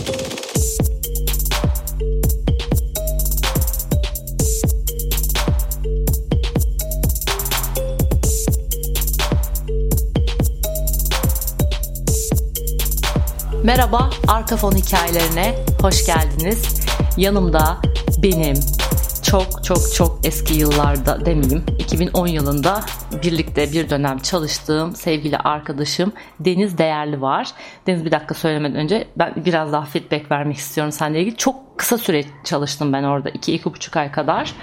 Merhaba, Arka Fon hikayelerine hoş geldiniz. Yanımda benim çok eski yıllarda demeyeyim, 2010 yılında birlikte bir dönem çalıştığım sevgili arkadaşım Deniz Değerli var. Deniz, bir dakika söylemeden önce ben biraz daha feedback vermek istiyorum seninle ilgili. Çok kısa süre çalıştım ben orada, 2-2,5 ay kadar.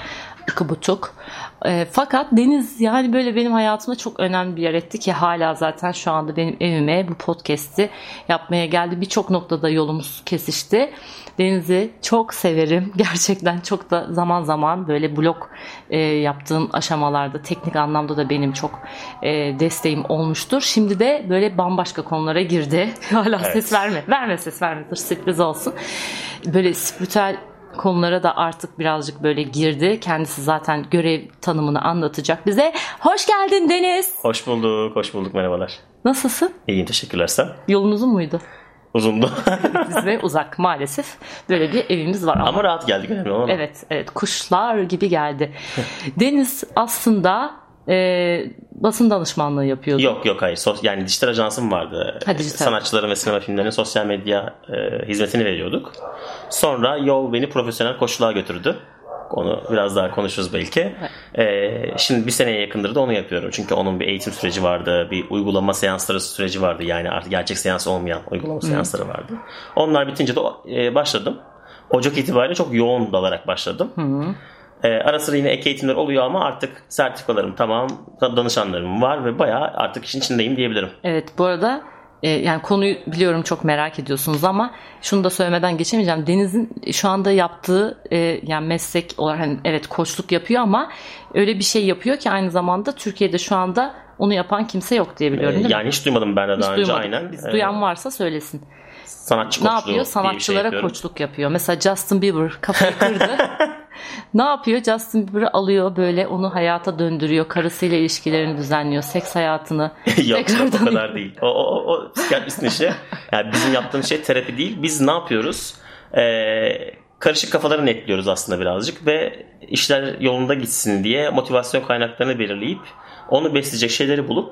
2,5. Fakat Deniz yani böyle benim hayatımda çok önemli bir yer etti ki hala zaten şu anda benim evime bu podcast'i yapmaya geldi. Birçok noktada yolumuz kesişti. Deniz'i çok severim. Gerçekten çok da zaman zaman böyle blog yaptığım aşamalarda teknik anlamda da benim çok desteğim olmuştur. Şimdi de böyle bambaşka konulara girdi. Hala evet. Ses verme. Verme ses verme. Dur, sürpriz olsun. Böyle spiritüel konulara da artık birazcık böyle girdi. Kendisi zaten görev tanımını anlatacak bize. Hoş geldin Deniz. Hoş bulduk. Merhabalar. Nasılsın? İyiyim, teşekkürler sen. Yolun uzun muydu? Uzundu. Bize uzak maalesef. Böyle bir evimiz var ama. Ama rahat geldik önemli olan. Evet, kuşlar gibi geldi. Deniz aslında basın danışmanlığı yapıyordu. Yok hayır. Yani dijital ajansım vardı. Sanatçıların ve sinema filmlerinin sosyal medya hizmetini veriyorduk. Sonra yol beni profesyonel koçluğa götürdü. Onu biraz daha konuşuruz belki. Evet. Şimdi bir seneye yakındır da onu yapıyorum. Çünkü onun bir eğitim süreci vardı. Bir uygulama seansları süreci vardı. Yani artık gerçek seans olmayan uygulama seansları vardı. Onlar bitince de başladım. Ocak itibariyle çok yoğun dalarak başladım. Ara sıra yine ek eğitimler oluyor ama artık sertifikalarım tamam, danışanlarım var ve bayağı artık işin içindeyim diyebilirim. Evet, bu arada yani konuyu biliyorum çok merak ediyorsunuz ama şunu da söylemeden geçemeyeceğim. Deniz'in şu anda yaptığı yani meslek olarak hani evet koçluk yapıyor ama öyle bir şey yapıyor ki aynı zamanda Türkiye'de şu anda onu yapan kimse yok diye biliyorum değil mi? Yani hiç duymadım ben de daha önce aynen. Duyan varsa söylesin. Sanatçı koçluğu. Ne yapıyor? Sanatçılara şey koçluk yapıyor. Mesela Justin Bieber kafayı kırdı. Ne yapıyor? Justin Bieber'ı alıyor böyle, onu hayata döndürüyor. Karısıyla ilişkilerini düzenliyor. Seks hayatını yok o kadar değil. O psikiyatristin işi. Yani bizim yaptığımız şey terapi değil. Biz ne yapıyoruz? Karışık kafaları netliyoruz aslında birazcık ve işler yolunda gitsin diye motivasyon kaynaklarını belirleyip onu besleyecek şeyleri bulup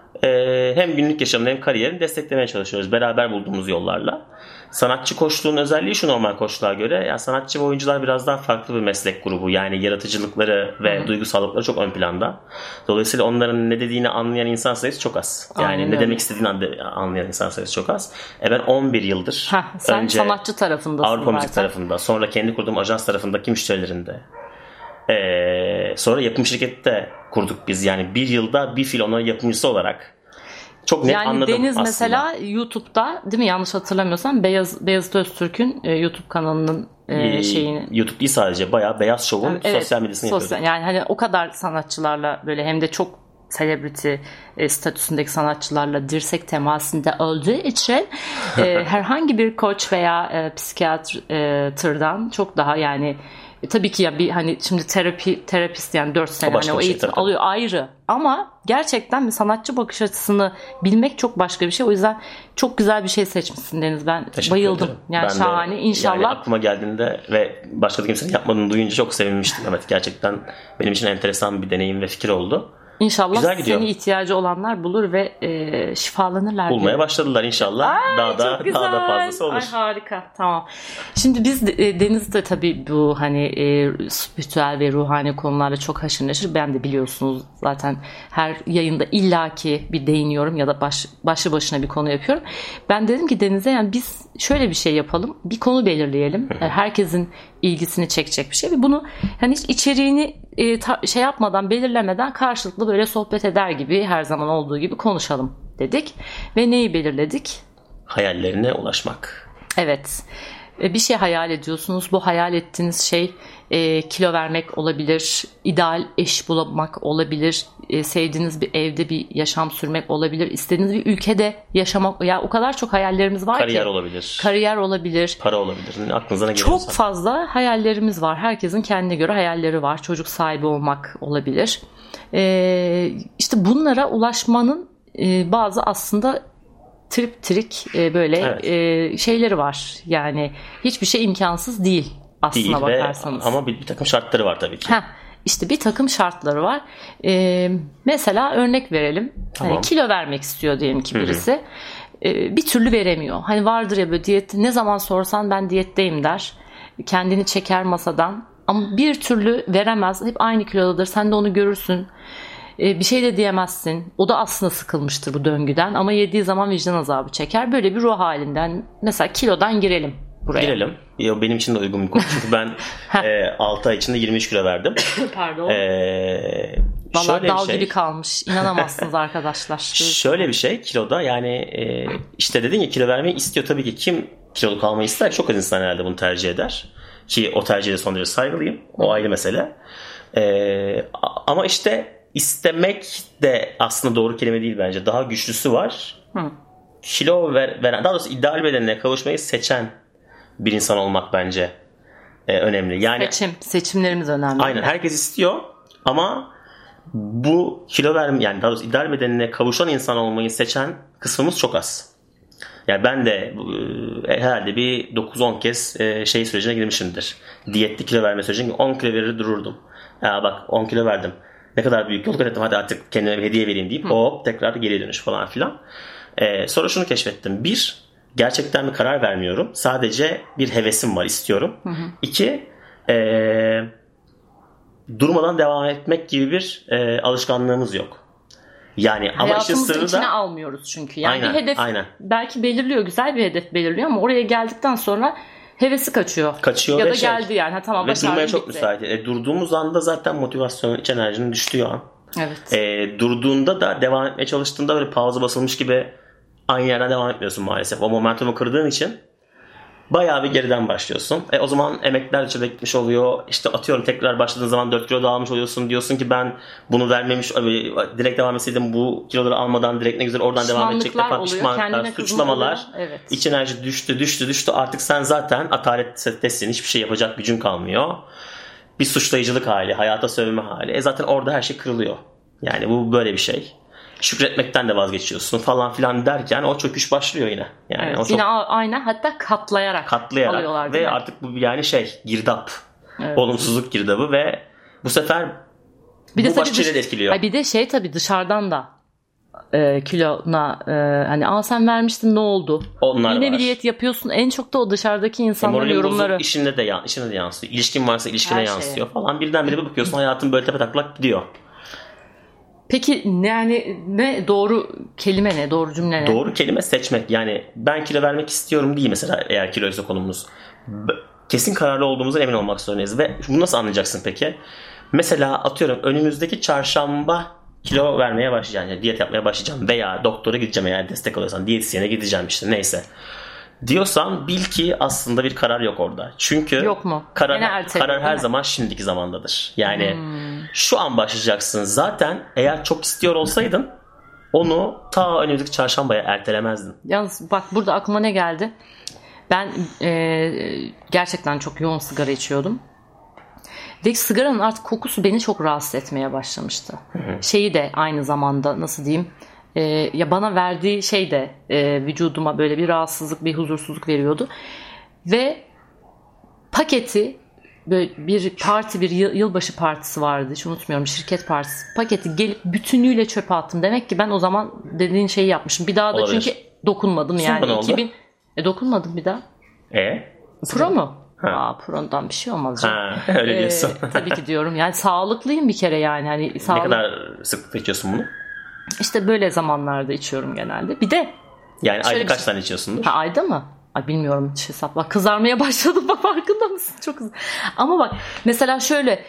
hem günlük yaşamını hem kariyerini desteklemeye çalışıyoruz beraber bulduğumuz yollarla. Sanatçı koçluğun özelliği şu normal koçluğa göre. Yani sanatçı ve oyuncular biraz daha farklı bir meslek grubu. Yani yaratıcılıkları ve duygusallıkları çok ön planda. Dolayısıyla onların ne dediğini anlayan insan sayısı çok az. Yani aynen ne öyle. Demek istediğini anlayan insan sayısı çok az. Ben 11 yıldır sen önce sanatçı tarafındasın. Avrupa Müzik tarafında, sonra kendi kurduğum ajans tarafındaki müşterilerinde. Sonra yapım şirkette kurduk biz. Yani bir yılda bir filonun yapımcısı olarak çok net yani anladım Deniz aslında. Mesela YouTube'da değil mi, yanlış hatırlamıyorsam Beyazıt Öztürk'ün YouTube kanalının şeyini. YouTube değil sadece, bayağı Beyaz Show'un sosyal medyasını yapıyorduk. Yani hani o kadar sanatçılarla böyle hem de çok celebrity statüsündeki sanatçılarla dirsek temasında olduğu için herhangi bir koç veya psikiyatrdan çok daha yani tabii ki ya bir hani şimdi terapist yani 4 sene hani o eğitim alıyor ayrı ama gerçekten bir sanatçı bakış açısını bilmek çok başka bir şey. O yüzden çok güzel bir şey seçmişsin Deniz. Ben bayıldım. Ederim. Yani ben şahane. De, İnşallah. Yani aklıma geldiğinde ve başka da kimsenin yapmadığını duyunca çok sevinmiştim. Evet, gerçekten benim için enteresan bir deneyim ve fikir oldu. İnşallah seni ihtiyacı olanlar bulur ve şifalanırlar. Bulmaya diye başladılar inşallah. Daha da fazlası olur. Ay harika. Tamam. Şimdi biz Deniz'de tabii bu hani spiritüel ve ruhani konularla çok haşır neşir. Ben de biliyorsunuz zaten her yayında illaki bir değiniyorum ya da başlı başına bir konu yapıyorum. Ben dedim ki Deniz'e yani biz şöyle bir şey yapalım. Bir konu belirleyelim. Herkesin ilgisini çekecek bir şey ve bunu hani hiç içeriğini şey yapmadan, belirlemeden karşılıklı böyle sohbet eder gibi her zaman olduğu gibi konuşalım dedik. Ve neyi belirledik? Hayallerine ulaşmak. Evet. Bir şey hayal ediyorsunuz. Bu hayal ettiğiniz şey kilo vermek olabilir, ideal eş bulmak olabilir, sevdiğiniz bir evde bir yaşam sürmek olabilir, istediğiniz bir ülkede yaşamak, ya o kadar çok hayallerimiz var kariyer ki. Olabilir. Kariyer olabilir. Para olabilir. Aklınıza ne geliyorsa. Çok fazla hayallerimiz var. Herkesin kendine göre hayalleri var. Çocuk sahibi olmak olabilir. İşte bunlara ulaşmanın bazı aslında trik böyle şeyleri var. Yani hiçbir şey imkansız değil aslına bakarsanız. Ama bir takım şartları var tabii ki. İşte bir takım şartları var. Mesela örnek verelim. Tamam. Hani kilo vermek istiyor diyelim ki birisi. Bir türlü veremiyor. Hani vardır ya böyle diyet, ne zaman sorsan ben diyetteyim der. Kendini çeker masadan. Ama bir türlü veremez. Hep aynı kilodadır. Sen de onu görürsün. Bir şey de diyemezsin. O da aslında sıkılmıştır bu döngüden. Ama yediği zaman vicdan azabı çeker. Böyle bir ruh halinden. Mesela kilodan girelim buraya. Girelim. Benim için de uygun bir konu. Çünkü ben 6 ay içinde 23 kilo verdim. Pardon. Vallahi dal gibi kalmış. İnanamazsınız arkadaşlar. Şöyle bir şey kiloda, yani işte dedin ya, kilo vermeyi istiyor. Tabii ki kim kilolu kalmayı ister? Çok az insan herhalde bunu tercih eder. Ki o tercihe de son derece saygılıyım. O ayrı mesele. Ama işte istemek de aslında doğru kelime değil bence. Daha güçlüsü var. Kilo veren, daha doğrusu ideal bedenine kavuşmayı seçen bir insan olmak bence önemli. Yani seçimlerimiz önemli. Aynen, herkes istiyor ama bu kilo verme, yani daha doğrusu ideal bedenine kavuşan insan olmayı seçen kısmımız çok az. Yani ben de herhalde bir 9-10 kez şey sürecine girmişimdir. Diyetli kilo verme sürecine 10 kilo verir dururdum. Ya bak 10 kilo verdim. Ne kadar büyük yol kat ettim, hadi artık kendime bir hediye vereyim deyip hop tekrar geriye dönüş falan filan. Sonra şunu keşfettim. 1, gerçekten bir karar vermiyorum. Sadece bir hevesim var, istiyorum. 2, durmadan devam etmek gibi bir alışkanlığımız yok. Yani ama hayatımızın içine almıyoruz çünkü. Yani aynen, bir hedef belki belirliyor, güzel bir hedef belirliyor ama oraya geldikten sonra hevesi kaçıyor. Ya da geldi yani. Tamam, ve durmaya çok müsait. Durduğumuz anda zaten motivasyonun, iç enerjinin düştüğü an. Evet. Durduğunda da devam etmeye çalıştığında böyle pauza basılmış gibi aynı yerden devam etmiyorsun maalesef. O momentumu kırdığın için bayağı bir geriden başlıyorsun. O zaman emekler içinde gitmiş oluyor. İşte atıyorum tekrar başladığın zaman 4 kilo dağılmış oluyorsun. Diyorsun ki ben bunu vermemiş, direkt devam etseydim bu kiloları almadan direkt ne güzel oradan devam edecektim. Pişmanlıklar, suçlamalar. Evet. İç enerji düştü. Artık sen zaten atalettesin. Hiçbir şey yapacak gücün kalmıyor. Bir suçlayıcılık hali, hayata sövme hali. Zaten orada her şey kırılıyor. Yani bu böyle bir şey. Şükretmekten de vazgeçiyorsun falan filan derken o çöküş başlıyor yine. Yani evet, o çok... Yine aynı, hatta katlayarak alıyorlar. Ve artık bu yani girdap. Evet. Olumsuzluk girdabı ve bu sefer bu başka şeyleri etkiliyor. Bir de tabii dışarıdan da kilona hani sen vermiştin ne oldu? Onlar yine var. Bir diyet yapıyorsun. En çok da o dışarıdaki insanların yorumları. İşine de yansıyor. İlişkin varsa ilişkine yansıyor falan. Birdenbire bakıyorsun hayatın böyle tepetaklak gidiyor. Peki yani ne doğru kelime, ne doğru cümle ne? Doğru kelime seçmek. Yani ben kilo vermek istiyorum değil mesela, eğer kiloysa konumuz. Kesin kararlı olduğumuzdan emin olmak zorundayız. Ve bunu nasıl anlayacaksın peki? Mesela atıyorum önümüzdeki çarşamba kilo vermeye başlayacağım. Yani diyet yapmaya başlayacağım veya doktora gideceğim, eğer destek alıyorsan diyetisyene gideceğim işte neyse. Diyorsan bil ki aslında bir karar yok orada. Çünkü yok mu? Karar her zaman şimdiki zamandadır. Yani şu an başlayacaksın. Zaten eğer çok istiyor olsaydın onu ta önümüzdeki çarşambaya ertelemezdin. Yalnız bak burada aklıma ne geldi? Ben gerçekten çok yoğun sigara içiyordum. Ve sigaranın artık kokusu beni çok rahatsız etmeye başlamıştı. Şeyi de aynı zamanda nasıl diyeyim? Ya bana verdiği şey de vücuduma böyle bir rahatsızlık, bir huzursuzluk veriyordu. Ve paketi, böyle bir yılbaşı partisi vardı. Hiç unutmuyorum, şirket partisi. Paketi gelip bütünüyle çöpe attım. Demek ki ben o zaman dediğin şeyi yapmışım. Bir daha da olabilir. Çünkü dokunmadım yani. Sonra 2000 dokunmadım bir daha. Pro mu? Pro'dan bir şey olmaz canım. Öyle diyorsun. Tabii ki diyorum. Yani sağlıklıyım bir kere yani. Hani ne kadar sıklıkla içiyorsun bunu? İşte böyle zamanlarda içiyorum genelde. Bir de yani ayda kaç tane içiyorsundur? Ayda mı? Bilmiyorum hiç hesapla. Kızarmaya başladım. Farkında mısın? Çok hızlı. Ama bak mesela şöyle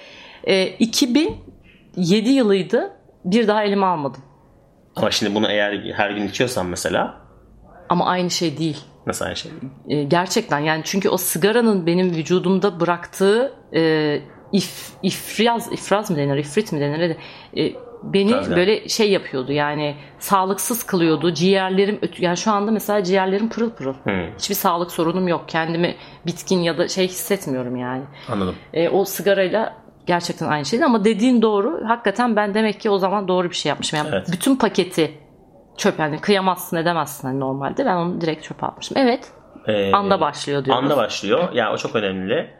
2007 yılıydı. Bir daha elime almadım. Ama şimdi bunu eğer her gün içiyorsan mesela. Ama aynı şey değil. Nasıl aynı şey? Gerçekten yani çünkü o sigaranın benim vücudumda bıraktığı ifraz mı denir, ifrit mi denir? Beni böyle şey yapıyordu yani, sağlıksız kılıyordu. Ciğerlerim yani şu anda mesela ciğerlerim pırıl pırıl. Hiçbir sağlık sorunum yok. Kendimi bitkin ya da hissetmiyorum yani. Anladım. O sigarayla gerçekten aynı şeydi ama dediğin doğru. Hakikaten ben demek ki o zaman doğru bir şey yapmışım. Yani bütün paketi çöp, yani kıyamazsın edemezsin hani normalde. Ben onu direkt çöpe atmışım. Evet. Anda başlıyor diyoruz. Anda başlıyor. Yani o çok önemli.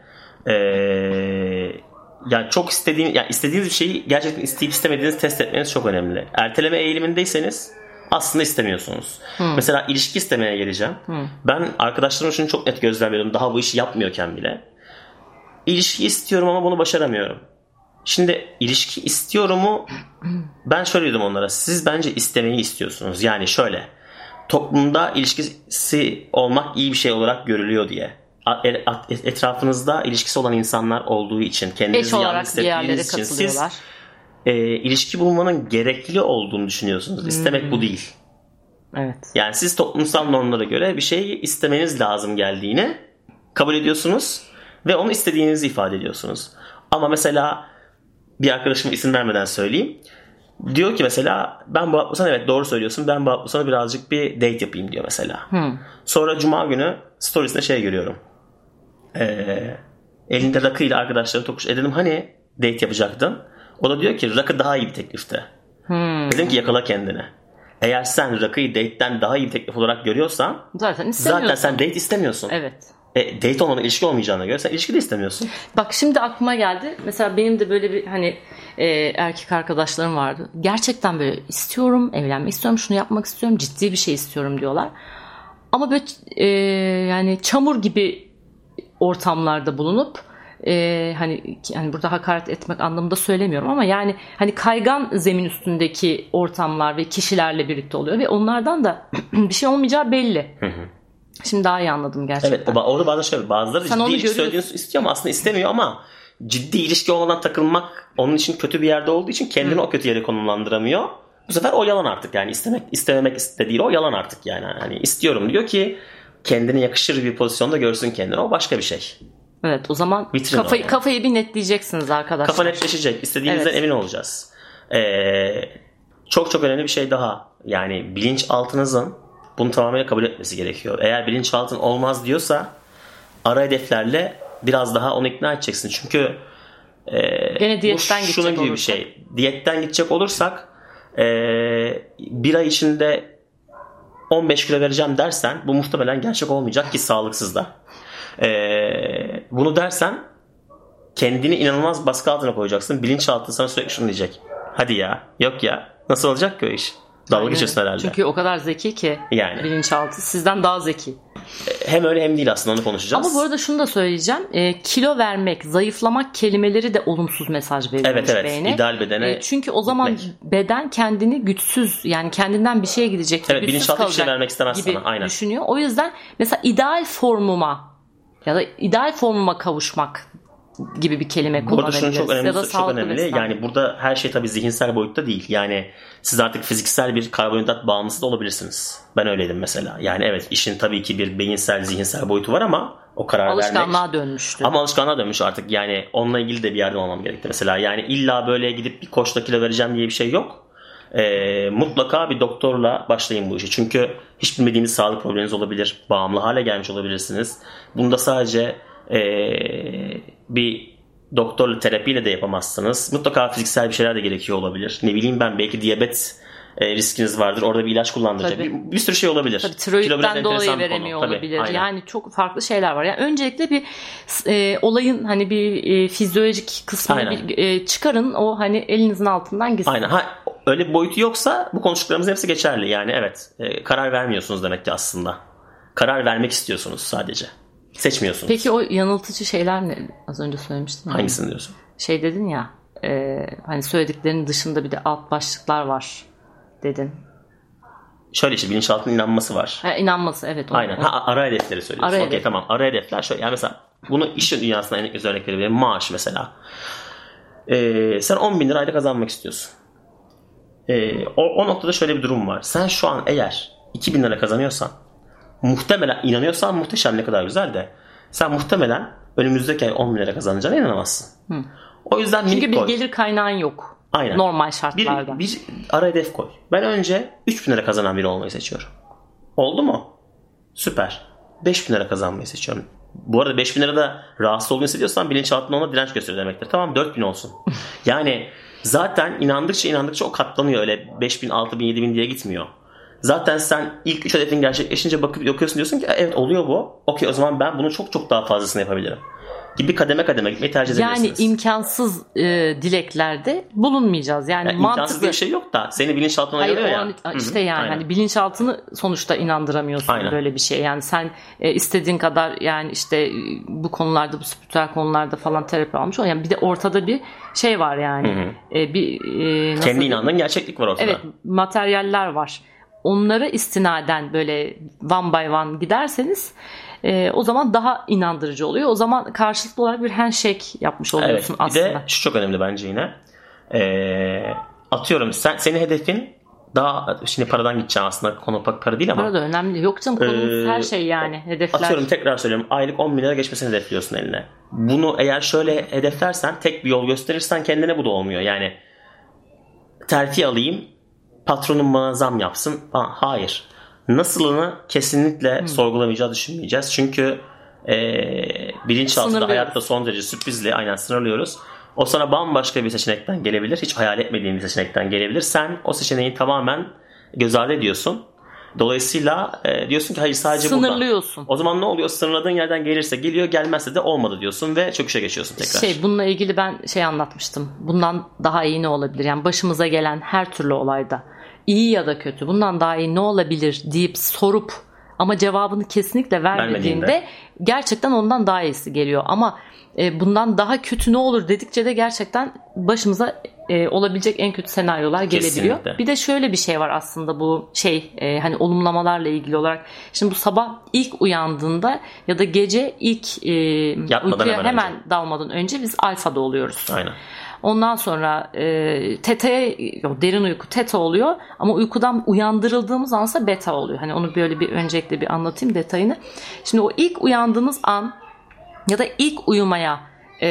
Yani çok istediğiniz bir şeyi gerçekten isteyip istemediğinizi test etmeniz çok önemli. Erteleme eğilimindeyseniz aslında istemiyorsunuz. Mesela ilişki istemeye geleceğim. Ben arkadaşlarım şunu çok net gözlemliyorum. Daha bu işi yapmıyorken bile. İlişki istiyorum ama bunu başaramıyorum. Şimdi ilişki istiyorumu ben şöyle dedim onlara. Siz bence istemeyi istiyorsunuz. Yani şöyle. Toplumda ilişkisi olmak iyi bir şey olarak görülüyor diye. Etrafınızda ilişkisi olan insanlar olduğu için, kendinizi yalnız hissettiğiniz için siz ilişki bulmanın gerekli olduğunu düşünüyorsunuz. İstemek bu değil. Evet. Yani siz toplumsal normlara göre bir şeyi istemeniz lazım geldiğini kabul ediyorsunuz ve onu istediğinizi ifade ediyorsunuz. Ama mesela bir arkadaşıma isim vermeden söyleyeyim. Diyor ki mesela ben bu hafta sonu, evet doğru söylüyorsun, ben bu hafta sonu birazcık bir date yapayım diyor mesela. Sonra cuma günü storiesinde görüyorum. Elinde rakıyla arkadaşları tokuş. Dedim hani date yapacaktın. O da diyor ki rakı daha iyi bir teklifti. Dedim ki yakala kendini. Eğer sen rakıyı date'den daha iyi bir teklif olarak görüyorsan zaten sen date istemiyorsun. Evet. Date olmadan ilişki olmayacağına göre sen ilişki de istemiyorsun. Bak şimdi aklıma geldi. Mesela benim de böyle bir hani erkek arkadaşlarım vardı. Gerçekten böyle istiyorum, evlenmek istiyorum, şunu yapmak istiyorum, ciddi bir şey istiyorum diyorlar. Ama böyle yani çamur gibi ortamlarda bulunup hani burada hakaret etmek anlamında söylemiyorum ama yani hani kaygan zemin üstündeki ortamlar ve kişilerle birlikte oluyor ve onlardan da bir şey olmayacağı belli. Şimdi daha iyi anladım gerçekten. Evet, orada bazıları ciddi ilişki söylediğini istiyor ama aslında istemiyor, ama ciddi ilişki olmadan takılmak onun için kötü bir yerde olduğu için kendini o kötü yere konumlandıramıyor. Bu sefer o yalan artık, yani istememek değil, o yalan artık yani. Hani istiyorum diyor ki kendine yakışır bir pozisyonda görsün kendini, o başka bir şey. Evet, o zaman kafayı bir netleyeceksiniz arkadaşlar. Kafa netleşecek, istediğinizden emin olacağız. Çok çok önemli bir şey daha, yani bilinçaltınızın bunu tamamıyla kabul etmesi gerekiyor. Eğer bilinçaltın olmaz diyorsa ara hedeflerle biraz daha onu ikna edeceksin. Çünkü gene diyetten gidecek şunun gibi bir şey. Diyetten gidecek olursak bir ay içinde 15 kilo vereceğim dersen bu muhtemelen gerçek olmayacak ki sağlıksız da. Bunu dersen kendini inanılmaz baskı altına koyacaksın. Bilinçaltın sana sürekli şunu diyecek. Hadi ya, yok ya, nasıl olacak ki o iş? Dalga geçiyorsun herhalde. Çünkü o kadar zeki ki yani. Bilinçaltı sizden daha zeki. Hem öyle hem değil, aslında onu konuşacağız. Ama bu arada şunu da söyleyeceğim. Kilo vermek, zayıflamak kelimeleri de olumsuz mesaj veriyormuş beyne. Evet, ideal bedene. Çünkü o zaman beden kendini güçsüz, yani kendinden bir şeye gidecek, evet, bilinçaltı bir şey vermek istemez gibi sana. Aynen. Düşünüyor. O yüzden mesela ideal formuma kavuşmak gibi bir kelime kullanabiliriz. Burada şunu çok önemli, ya da çok önemli. Yani burada her şey tabii zihinsel boyutta değil. Yani siz artık fiziksel bir karbonhidrat bağımlısı da olabilirsiniz. Ben öyleydim mesela. Yani evet, işin tabii ki bir beyinsel, zihinsel boyutu var ama o karar alışkanlığa dönmüştü. Ama alışkanlığa dönmüş artık. Yani onunla ilgili de bir yerden olmam gerekti mesela. Yani illa böyle gidip bir koçla kilo vereceğim diye bir şey yok. Mutlaka bir doktorla başlayın bu işe. Çünkü hiç bilmediğiniz sağlık probleminiz olabilir. Bağımlı hale gelmiş olabilirsiniz. Bunda sadece bir doktorla, terapiyle de yapamazsınız. Mutlaka fiziksel bir şeyler de gerekiyor olabilir. Ne bileyim ben, belki diyabet riskiniz vardır. Orada bir ilaç kullandıracak. Bir sürü şey olabilir. Tabii tiroidden dolayı veremiyor olabilir. Aynen. Yani çok farklı şeyler var. Yani öncelikle bir olayın hani bir fizyolojik kısmını çıkarın. O hani elinizin altından gitsin. Aynen. Öyle bir boyutu yoksa bu konuştuklarımızın hepsi geçerli. Yani evet, karar vermiyorsunuz demek ki aslında. Karar vermek istiyorsunuz sadece. Seçmiyorsunuz. Peki o yanıltıcı şeyler ne? Az önce söylemiştin. Hangisini diyorsun? Şey dedin ya, hani söylediklerinin dışında bir de alt başlıklar var dedin. Şöyle işte, bilinçaltının inanması var. İnanması, evet. Aynen. Ara hedefleri söylüyorsun. Okey, tamam. Ara hedefler şöyle. Yani mesela bunu iş dünyasında en güzel örnek verebilirim. Maaş mesela. Sen 10.000 lira ayda kazanmak istiyorsun. O noktada şöyle bir durum var. Sen şu an eğer 2.000 lira kazanıyorsan, muhtemelen inanıyorsan muhteşem, ne kadar güzel de, sen muhtemelen önümüzdeki ay 10.000 lira kazanacağına inanamazsın. O yüzden çünkü bir gelir kaynağın yok. Aynen. Normal şartlarda. Bir ara hedef koy. Ben önce 3.000 lira kazanan biri olmayı seçiyorum. Oldu mu? Süper. 5.000 lira kazanmayı seçiyorum. Bu arada 5.000 lira da rahatsız olduğunu hissediyorsan bilinçaltında ona direnç gösteriyor demektir. Tamam, 4.000 olsun. Yani zaten inandıkça o katlanıyor. Öyle 5.000, 6.000, 7.000 diye gitmiyor. Zaten sen ilk 3 hedefin gerçekleşince bakıp okuyorsun, diyorsun ki evet oluyor bu. Okey, o zaman ben bunu çok çok daha fazlasını yapabilirim. Gibi kademe kademe gitmeyi tercih edebilirsiniz. Yani imkansız dileklerde bulunmayacağız. Yani imkansız bir şey yok da seni bilinçaltına geliyor ya. İşte yani hani bilinçaltını sonuçta inandıramıyorsun böyle bir şey. Yani sen istediğin kadar yani işte bu konularda, bu spiritüel konularda falan terapi almış ol. Yani bir de ortada bir şey var yani. Kendi inandığın gerçeklik var ortada. Evet, materyaller var. Onlara istinaden böyle one by one giderseniz o zaman daha inandırıcı oluyor. O zaman karşılıklı olarak bir handshake yapmış oluyorsun aslında. Bir de şu çok önemli bence yine. Atıyorum senin hedefin daha, şimdi paradan gideceğim aslında, konu para değil ama. Para da önemli. Yok canım, konumuz her şey yani, hedefler. Atıyorum, tekrar söylüyorum, aylık 10 bin lira geçmesini hedefliyorsun eline. Bunu eğer şöyle hedeflersen, tek bir yol gösterirsen kendine, bu da olmuyor. Yani terfi alayım, patronum bana zam yapsın. Hayır. Nasılını kesinlikle sorgulamayacağız, düşünmeyeceğiz. Çünkü bilinçaltında hayatta son derece sürprizli, aynen sınırlıyoruz. O sana bambaşka bir seçenekten gelebilir. Hiç hayal etmediğin bir seçenekten gelebilir. Sen o seçeneği tamamen göz ardı ediyorsun. Dolayısıyla diyorsun ki hayır, sadece sınırlıyorsun. Buradan. O zaman ne oluyor? Sınırladığın yerden gelirse geliyor, gelmezse de olmadı diyorsun ve çöküşe geçiyorsun tekrar. Bununla ilgili ben anlatmıştım. Bundan daha iyi ne olabilir? Yani başımıza gelen her türlü olayda, iyi ya da kötü, bundan daha iyi ne olabilir deyip sorup ama cevabını kesinlikle vermediğinde gerçekten ondan daha iyisi geliyor. Ama bundan daha kötü ne olur dedikçe de gerçekten başımıza olabilecek en kötü senaryolar gelebiliyor. Kesinlikle. Bir de şöyle bir şey var aslında, bu hani olumlamalarla ilgili olarak. Şimdi bu sabah ilk uyandığında ya da gece ilk uykuya hemen dalmadan önce biz alfada oluyoruz. Aynen. Ondan sonra derin uyku teta oluyor ama uykudan uyandırıldığımız ansa beta oluyor. Hani onu böyle bir öncelikle bir anlatayım detayını. Şimdi o ilk uyandığınız an ya da ilk uyumaya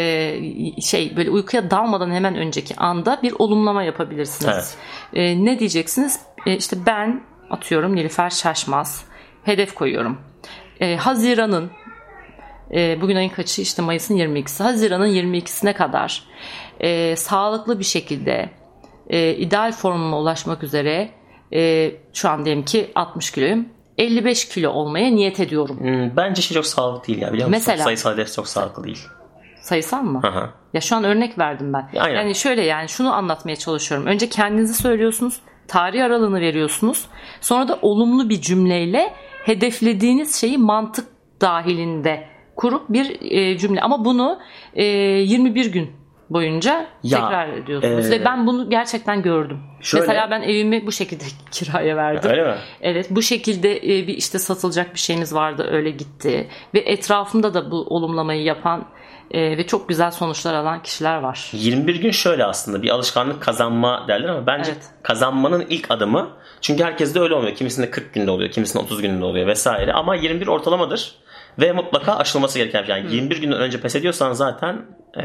böyle uykuya dalmadan hemen önceki anda bir olumlama yapabilirsiniz. Evet. Ne diyeceksiniz? İşte ben atıyorum Nilüfer Şaşmaz hedef koyuyorum. Haziran'ın bugün ayın kaçı? İşte Mayıs'ın 22'si. Haziran'ın 22'sine kadar sağlıklı bir şekilde ideal formuma ulaşmak üzere şu an diyelim ki 60 kiloyum. 55 kilo olmaya niyet ediyorum. Bence çok sağlıklı değil ya, biliyor musun? Mesela, sayısal hedef çok sağlıklı değil. Sayısal mı? Aha. Ya şu an örnek verdim ben. Aynen. Yani şöyle, yani şunu anlatmaya çalışıyorum. Önce kendinizi söylüyorsunuz. Tarih aralığını veriyorsunuz. Sonra da olumlu bir cümleyle hedeflediğiniz şeyi mantık dahilinde kurup bir cümle. Ama bunu 21 gün boyunca tekrar ediyorsunuz. Ve ben bunu gerçekten gördüm. Mesela ben evimi bu şekilde kiraya verdim. Öyle mi? Evet, bu şekilde bir işte satılacak bir şeyimiz vardı, öyle gitti. Ve etrafımda da bu olumlamayı yapan ve çok güzel sonuçlar alan kişiler var. 21 gün şöyle aslında bir alışkanlık kazanma derler ama bence kazanmanın ilk adımı, çünkü herkes de öyle olmuyor. Kimisinde 40 günde oluyor, kimisinde 30 günde oluyor vesaire, ama 21 ortalamadır ve mutlaka aşılması gereken. Yani 21 günden önce pes ediyorsan zaten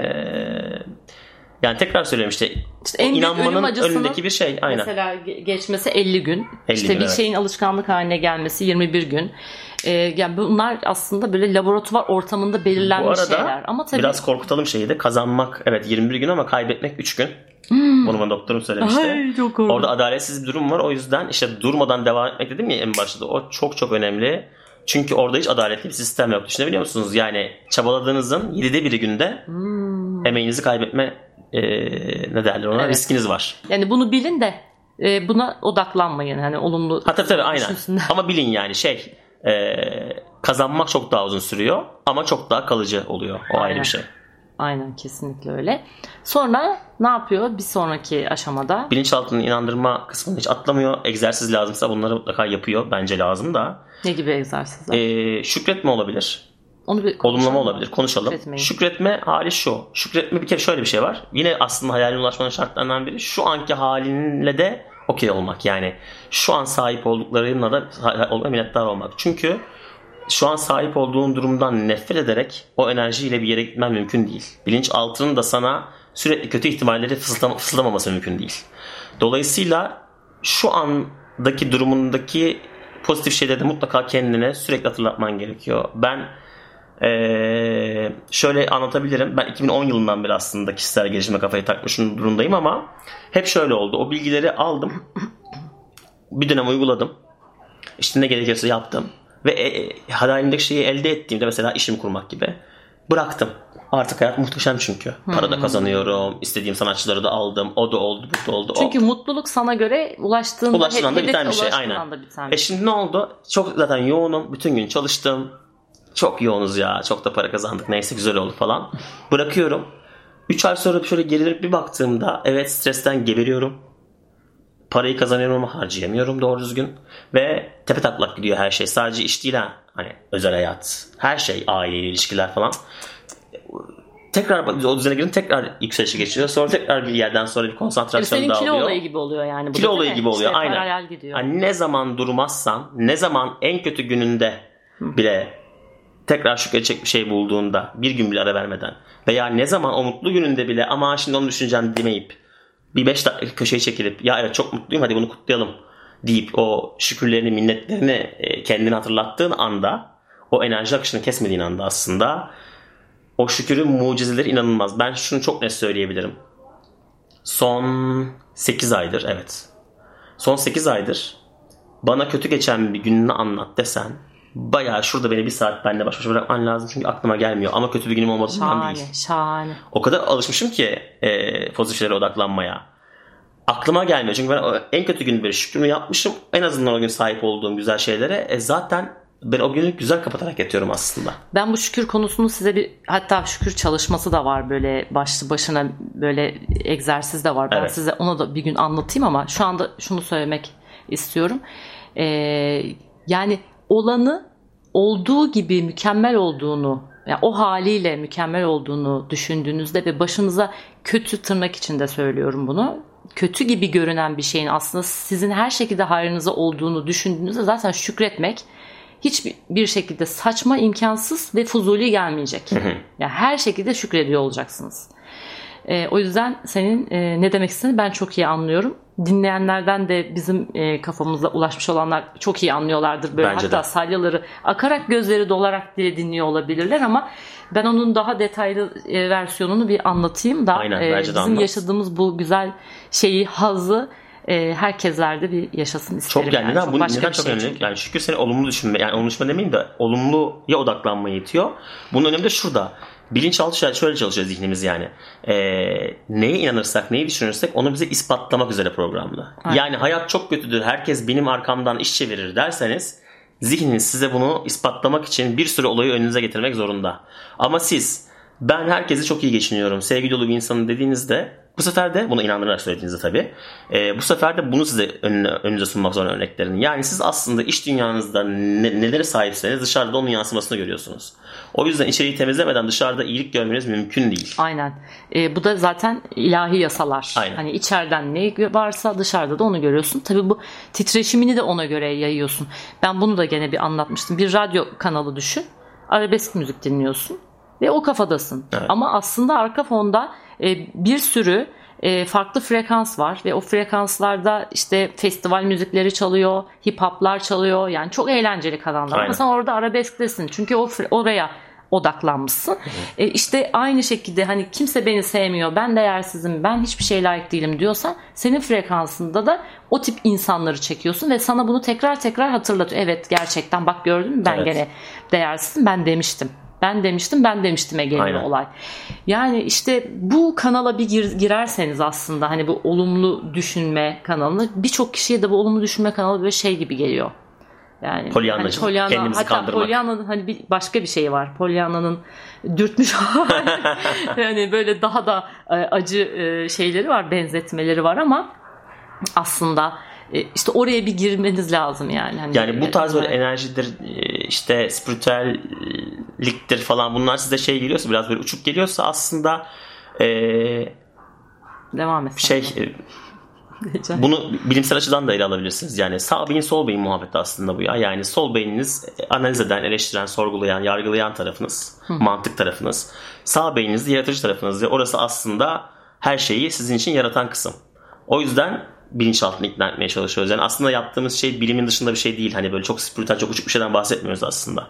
yani tekrar söylüyorum, işte inanmanın önündeki bir şey. Aynen. Mesela geçmesi 50 gün. 50 işte gün, bir şeyin alışkanlık haline gelmesi 21 gün. Yani bunlar aslında böyle laboratuvar ortamında belirlenmiş şeyler. Ama tabii biraz korkutalım şeyi de, kazanmak evet 21 gün ama kaybetmek 3 gün. Bunu bana doktorum söylemişti. Ay, çok korkunç. Orada adaletsiz bir durum var. O yüzden işte durmadan devam etmek dedim ya en başta. O çok çok önemli. Çünkü orada hiç adaletli bir sistem yok. Düşünebiliyor musunuz? Yani çabaladığınızın 7'de 1'i günde emeğinizi kaybetme ne derler ona, riskiniz var. Yani bunu bilin de buna odaklanmayın. Hani olumlu. Tabii aynen. Ama bilin yani kazanmak çok daha uzun sürüyor ama çok daha kalıcı oluyor. O ayrı bir şey. Aynen, kesinlikle öyle. Sonra ne yapıyor bir sonraki aşamada? Bilinçaltının inandırma kısmını hiç atlamıyor. Egzersiz lazımsa bunları mutlaka yapıyor. Bence lazım da. Ne gibi egzersizler? Şükretme olabilir. Onu bir olumlama olabilir. Konuşalım. Şükretme hali şu. Şükretme bir kere şöyle bir şey var. Yine aslında hayaline ulaşmanın şartlarından biri şu anki halinle de okey olmak. Yani şu an sahip olduklarıyla da olmaya minnettar olmak. Çünkü şu an sahip olduğun durumdan nefret ederek o enerjiyle bir yere gitmen mümkün değil. Bilinçaltının da sana sürekli kötü ihtimalleri fısıldamaması mümkün değil. Dolayısıyla şu andaki durumundaki pozitif şeyleri de mutlaka kendine sürekli hatırlatman gerekiyor. Ben şöyle anlatabilirim. Ben 2010 yılından beri aslında kişisel gelişime kafayı takmış durumdayım ama hep şöyle oldu. O bilgileri aldım. Bir dönem uyguladım. İşte ne gerekiyorsa yaptım. Ve hayalimdeki şeyi elde ettiğimde, mesela işimi kurmak gibi, bıraktım. Artık hayat muhteşem çünkü. Para da kazanıyorum. İstediğim sanatçıları da aldım. O da oldu, bu da oldu. Çünkü mutluluk sana göre ulaştığında biten bir şey. Aynen. Şimdi ne oldu? Çok zaten yoğunum. Bütün gün çalıştım. Çok yoğunuz ya. Çok da para kazandık. Neyse, güzel oldu falan. Bırakıyorum. 3 ay sonra şöyle geri dönüp bir baktığımda, evet, stresten geberiyorum. Parayı kazanıyorum ama harcayamıyorum doğru düzgün. Ve tepetaklak gidiyor her şey. Sadece iş değil ha. Hani özel hayat. Her şey, aileyle ilişkiler falan. Tekrar o düzene girin, tekrar yükselişe geçiyor. Sonra tekrar bir yerden sonra bir konsantrasyon dağılıyor. Senin kilo olayı gibi oluyor yani. Kilo olayı gibi oluyor, işte aynen. Gidiyor. Yani ne zaman durmazsan, ne zaman en kötü gününde bile tekrar şükredecek bir şey bulduğunda, bir gün bile ara vermeden, veya ne zaman o mutlu gününde bile ama şimdi onu düşüneceğim demeyip bir 5 dakika köşeye çekilip, ya evet çok mutluyum, hadi bunu kutlayalım deyip o şükürlerini, minnetlerini kendine hatırlattığın anda, o enerji akışını kesmediğin anda aslında o şükürün mucizeleri inanılmaz. Ben şunu çok net söyleyebilirim. Son 8 aydır, evet. Son 8 aydır bana kötü geçen bir gününü anlat desen, bayağı şurada beni bir saat benimle baş başa bırakman lazım. Çünkü aklıma gelmiyor. Ama kötü bir günüm olmadığından değil. Şahane. O kadar alışmışım ki pozitif şeylere odaklanmaya. Aklıma gelmiyor. Çünkü ben en kötü gün böyle şükrümü yapmışım. En azından o gün sahip olduğum güzel şeylere. Zaten ben o günü güzel kapatarak yatıyorum aslında. Ben bu şükür konusunu size hatta şükür çalışması da var, böyle başlı başına böyle egzersiz de var. Ben size onu da bir gün anlatayım ama şu anda şunu söylemek istiyorum. Yani olanı olduğu gibi mükemmel olduğunu, yani o haliyle mükemmel olduğunu düşündüğünüzde ve başınıza kötü, tırnak içinde söylüyorum bunu, kötü gibi görünen bir şeyin aslında sizin her şekilde hayrınıza olduğunu düşündüğünüzde zaten şükretmek hiçbir şekilde saçma, imkansız ve fuzuli gelmeyecek. Yani her şekilde şükrediyor olacaksınız. O yüzden senin ne demek istediğini ben çok iyi anlıyorum. Dinleyenlerden de bizim kafamıza ulaşmış olanlar çok iyi anlıyorlardır. Böyle bence hatta de. salyaları akarak, gözleri dolarak diye dinliyor olabilirler ama ben onun daha detaylı versiyonunu bir anlatayım da bizim yaşadığımız bu güzel şeyi, hazzı herkeslerde bir yaşasın isterim. Çok yani. Bu neden çok önemli? Yani şükür seni olumlu düşünme, yani olumlu düşünme demeyeyim de olumluya odaklanmaya itiyor. Bunun önemi de şurada. Bilinçaltı şöyle çalışıyor zihnimiz yani. Neye inanırsak, neyi düşünürsek onu bize ispatlamak üzere programlı. Aynen. Yani hayat çok kötüdür, herkes benim arkamdan iş çevirir derseniz zihniniz size bunu ispatlamak için bir sürü olayı önünüze getirmek zorunda. Ama siz, ben herkesi çok iyi geçiniyorum, sevgi dolu bir insanım dediğinizde, bu sefer de, bunu inandırarak söylediğinizde tabii, bu sefer de bunu size önünüze sunmak zorunda örneklerini. Yani siz aslında iş dünyanızda nelere sahipseniz dışarıda onun yansımasını görüyorsunuz. O yüzden içeriği temizlemeden dışarıda iyilik görmeniz mümkün değil. Aynen. Bu da zaten ilahi yasalar. Aynen. Hani içeriden ne varsa dışarıda da onu görüyorsun. Tabii bu titreşimini de ona göre yayıyorsun. Ben bunu da gene bir anlatmıştım. Bir radyo kanalı düşün. Arabesk müzik dinliyorsun ve o kafadasın. Evet. Ama aslında arka fonda bir sürü farklı frekans var ve o frekanslarda işte festival müzikleri çalıyor, hip hoplar çalıyor. Yani çok eğlenceli kanallar. Ama sen orada arabesktesin. Çünkü oraya odaklanmışsın. İşte aynı şekilde hani kimse beni sevmiyor, ben değersizim, ben hiçbir şeye layık değilim diyorsan senin frekansında da o tip insanları çekiyorsun ve sana bunu tekrar tekrar hatırlatıyor. Evet, gerçekten bak, gördün mü, ben gene değersizim, ben demiştim. Ben demiştime geliyor olay. Yani işte bu kanala bir girerseniz aslında, hani bu olumlu düşünme kanalına, birçok kişiye de bu olumlu düşünme kanalı böyle şey gibi geliyor. Yani Pollyanna'cılık, hani kendimizi kandırmak. Pollyanna'nın hani başka bir şeyi var. Pollyanna'nın dürtmüş yani böyle daha da acı şeyleri var, benzetmeleri var ama aslında işte oraya bir girmeniz lazım yani. Hani yani bu tarz böyle enerjidir, işte spiritüelliktir falan, bunlar size şey geliyorsa, biraz böyle uçuk geliyorsa aslında devam et. Bunu bilimsel açıdan da ele alabilirsiniz. Yani sağ beyin, sol beyin muhabbeti aslında bu ya. Yani sol beyniniz analiz eden, eleştiren, sorgulayan, yargılayan tarafınız, mantık tarafınız. Sağ beyniniz yaratıcı tarafınız ve orası aslında her şeyi sizin için yaratan kısım. O yüzden bilinçaltını ikna etmeye çalışıyoruz. Yani aslında yaptığımız şey bilimin dışında bir şey değil. Hani böyle çok spiritüel, çok uçuk bir şeyden bahsetmiyoruz aslında.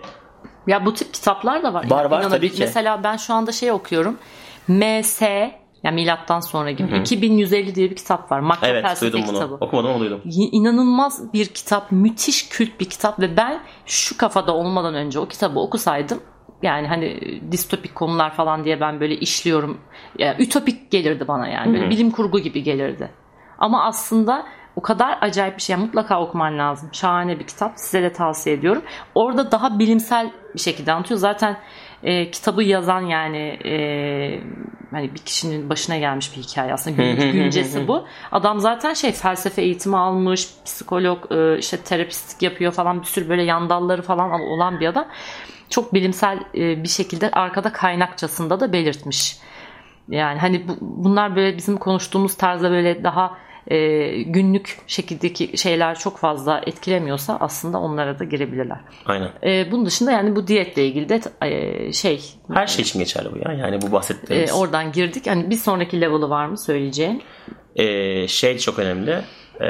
Ya bu tip kitaplar da var. Var tabii ki. Mesela ben şu anda okuyorum. MS Yani milattan sonra gibi. 2150 diye bir kitap var. Makro felsefe duydum bunu. kitabı. Okumadım ama duydum. İnanılmaz bir kitap. Müthiş kült bir kitap ve ben şu kafada olmadan önce o kitabı okusaydım, yani hani distopik konular falan diye ben böyle işliyorum. Yani ütopik gelirdi bana yani. Böyle bilim kurgu gibi gelirdi. Ama aslında o kadar acayip bir şey. Yani mutlaka okuman lazım. Şahane bir kitap. Size de tavsiye ediyorum. Orada daha bilimsel bir şekilde anlatıyor. Zaten kitabı yazan yani hani bir kişinin başına gelmiş bir hikaye aslında. Güncesi bu. Adam zaten felsefe eğitimi almış, psikolog, işte terapistlik yapıyor falan, bir sürü böyle yan dalları falan olan bir adam. Çok bilimsel bir şekilde arkada kaynakçasında da belirtmiş. Yani hani bunlar böyle bizim konuştuğumuz tarzda böyle daha günlük şekildeki şeyler çok fazla etkilemiyorsa aslında onlara da girebilirler. Aynen. Bunun dışında yani bu diyetle ilgili de her şey için geçerli bu ya. Yani bu bahsettiğimiz. Oradan girdik. Hani bir sonraki level'ı var mı söyleyeceğin? Çok önemli.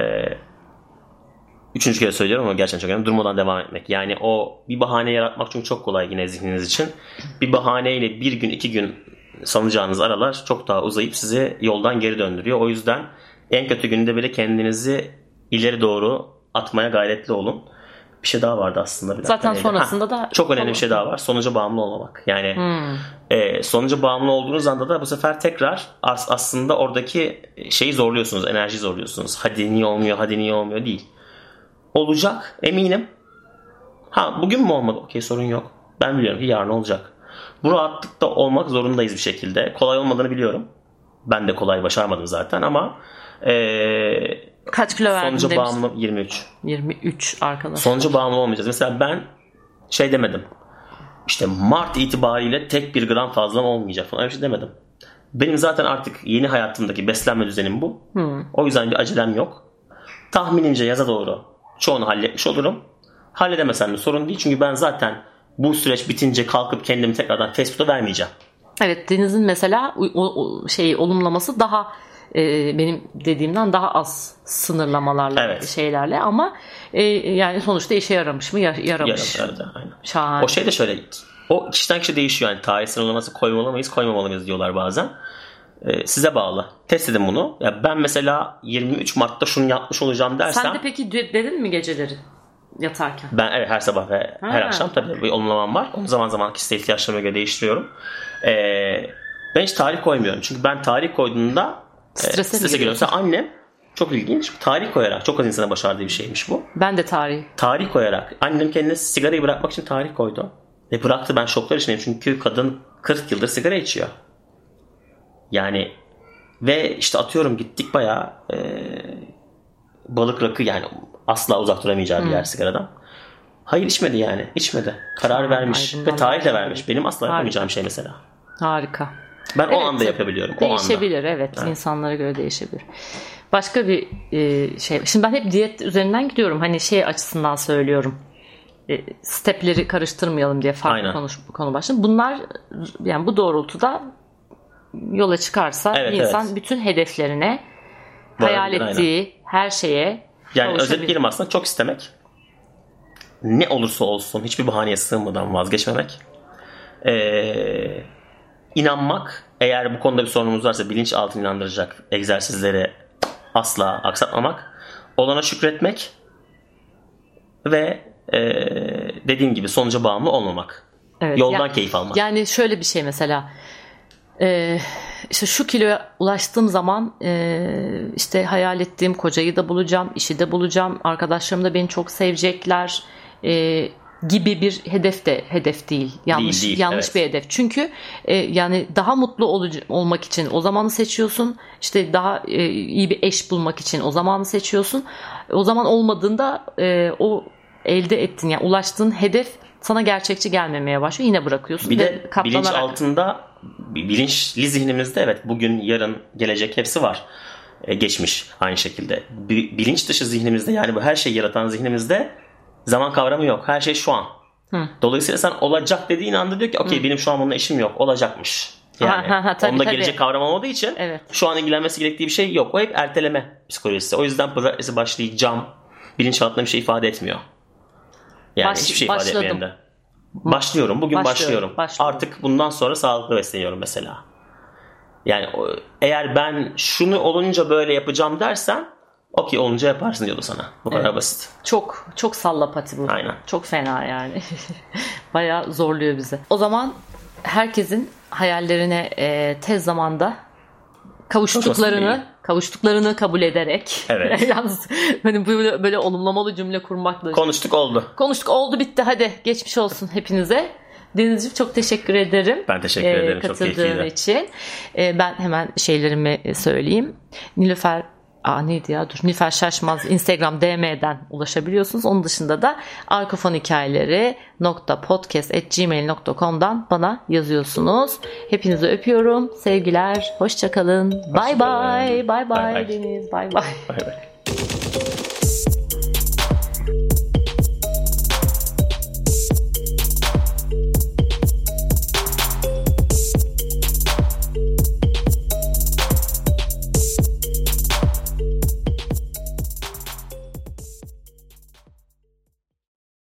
Üçüncü kere söylüyorum ama gerçekten çok önemli. Durmadan devam etmek. Yani o bir bahane yaratmak çünkü çok kolay yine zihniniz için. Bir bahaneyle bir gün 2 gün sanacağınız aralar çok daha uzayıp sizi yoldan geri döndürüyor. O yüzden en kötü günde bile kendinizi ileri doğru atmaya gayretli olun. Bir şey daha vardı aslında. Zaten sonrasında da çok önemli bir şey daha var. Sonuca bağımlı olmamak. Yani sonuca bağımlı olduğunuz anda da bu sefer tekrar aslında oradaki şeyi zorluyorsunuz. Enerjiyi zorluyorsunuz. Hadi niye olmuyor değil. Olacak eminim. Bugün mü olmadı? Okey, sorun yok. Ben biliyorum ki yarın olacak. Bu rahatlıkta olmak zorundayız bir şekilde. Kolay olmadığını biliyorum. Ben de kolay başarmadım zaten ama kaç kilo verdin sonuca bağımlı 23. 23 arkadaşlar. Sonuca bağımlı olmayacağız. Mesela ben demedim. İşte Mart itibariyle tek 1 gram fazlam olmayacak falan, öyle bir şey demedim. Benim zaten artık yeni hayatımdaki beslenme düzenim bu. O yüzden bir acelem yok. Tahminimce yaza doğru çoğunu halletmiş olurum. Halledemesem de sorun değil. Çünkü ben zaten bu süreç bitince kalkıp kendimi tekrardan fast food'a vermeyeceğim. Evet, Deniz'in mesela olumlaması daha benim dediğimden daha az sınırlamalarla, şeylerle ama yani sonuçta işe yaramış mı? Yaramış. Aynen. Şahane. O şey de şöyle, o kişiden kişiye değişiyor. Yani tarih sınırlaması koymamalı mıyız diyorlar bazen. Size bağlı. Test edin bunu. Ya ben mesela 23 Mart'ta şunu yapmış olacağım dersem. Sen de peki dedin mi geceleri yatarken? Ben her sabah ve her akşam tabii bir olumlamam var. Onu zaman zaman kişisel ihtiyaçlarıma göre değiştiriyorum. Ben hiç tarih koymuyorum. Çünkü ben tarih koyduğumda strese giriyorum. Mesela annem çok ilginç. Tarih koyarak, çok az insana başardığı bir şeymiş bu. Ben de tarih koyarak. Annem kendine sigarayı bırakmak için tarih koydu. Ve bıraktı. Ben şoklar içindeyim. Çünkü kadın 40 yıldır sigara içiyor. Yani ve işte atıyorum gittik bayağı balık rakı, yani asla uzak duramayacağı bir yer sigaradan. Hayır, içmedi yani. İçmedi. Karar vermiş. Ve tarih de vermiş. Benim asla yapamayacağım şey mesela. Harika. Ben o anda yapabiliyorum. Değişebilir, evet. İnsanlara göre değişebilir. Başka bir şey. Şimdi ben hep diyet üzerinden gidiyorum. Hani şey açısından söylüyorum. Stepleri karıştırmayalım diye farklı konu başlığı. Bunlar yani bu doğrultuda yola çıkarsa insan bütün hedeflerine, hayal ettiği her şeye yani özetleyelim, aslında çok istemek, ne olursa olsun hiçbir bahaneye sığınmadan vazgeçmemek, inanmak, eğer bu konuda bir sorunumuz varsa bilinçaltını inandıracak egzersizleri asla aksatmamak, olana şükretmek ve dediğim gibi sonuca bağımlı olmamak. Yoldan keyif almak. Yani şöyle bir şey mesela, işte şu kiloya ulaştığım zaman işte hayal ettiğim kocayı da bulacağım, işi de bulacağım, arkadaşlarım da beni çok sevecekler gibi bir hedef değil. Yanlış bir hedef. Çünkü yani daha mutlu olmak için o zamanı seçiyorsun. İşte daha iyi bir eş bulmak için o zamanı seçiyorsun. O zaman olmadığında o elde ettiğin, yani ulaştığın hedef sana gerçekçi gelmemeye başlıyor. Yine bırakıyorsun. Bir de bilinç altında, bilinçli zihnimizde bugün, yarın, gelecek hepsi var. Geçmiş aynı şekilde. Bilinç dışı zihnimizde, yani bu her şeyi yaratan zihnimizde zaman kavramı yok. Her şey şu an. Dolayısıyla sen olacak dediğin anda diyor ki okey, benim şu an bununla işim yok. Olacakmış. Yani onda gelecek kavram olmadığı için şu an ilgilenmesi gerektiği bir şey yok. O hep erteleme psikolojisi. O yüzden pazartesi başlayacağım bilinçaltında bir şey ifade etmiyor. Yani hiçbir şey ifade etmeyen de. Başlıyorum. Bugün başlıyorum. Artık bundan sonra sağlıklı besleniyorum mesela. Yani eğer ben şunu olunca böyle yapacağım dersen okey, olunca yaparsın diyordu sana. Bu kadar basit. Çok çok salla pati bu. Aynen. Çok fena yani. Bayağı zorluyor bizi. O zaman herkesin hayallerine tez zamanda kavuştuklarını kabul ederek. Evet. Yalnız hani böyle olumlamalı cümle kurmakla. Konuştuk oldu bitti, hadi geçmiş olsun hepinize. Denizciğim çok teşekkür ederim. Ben teşekkür ederim. Çok keyifliydi. Katıldığın için. Ben hemen şeylerimi söyleyeyim. Nilüfer Nilüfer Şaşmaz Instagram DM'den ulaşabiliyorsunuz. Onun dışında da arkafonhikayeleri.podcast@gmail.com'dan bana yazıyorsunuz. Hepinizi öpüyorum. Sevgiler. Hoşça kalın. Bye bye. Bye bye Deniz. Bye bye.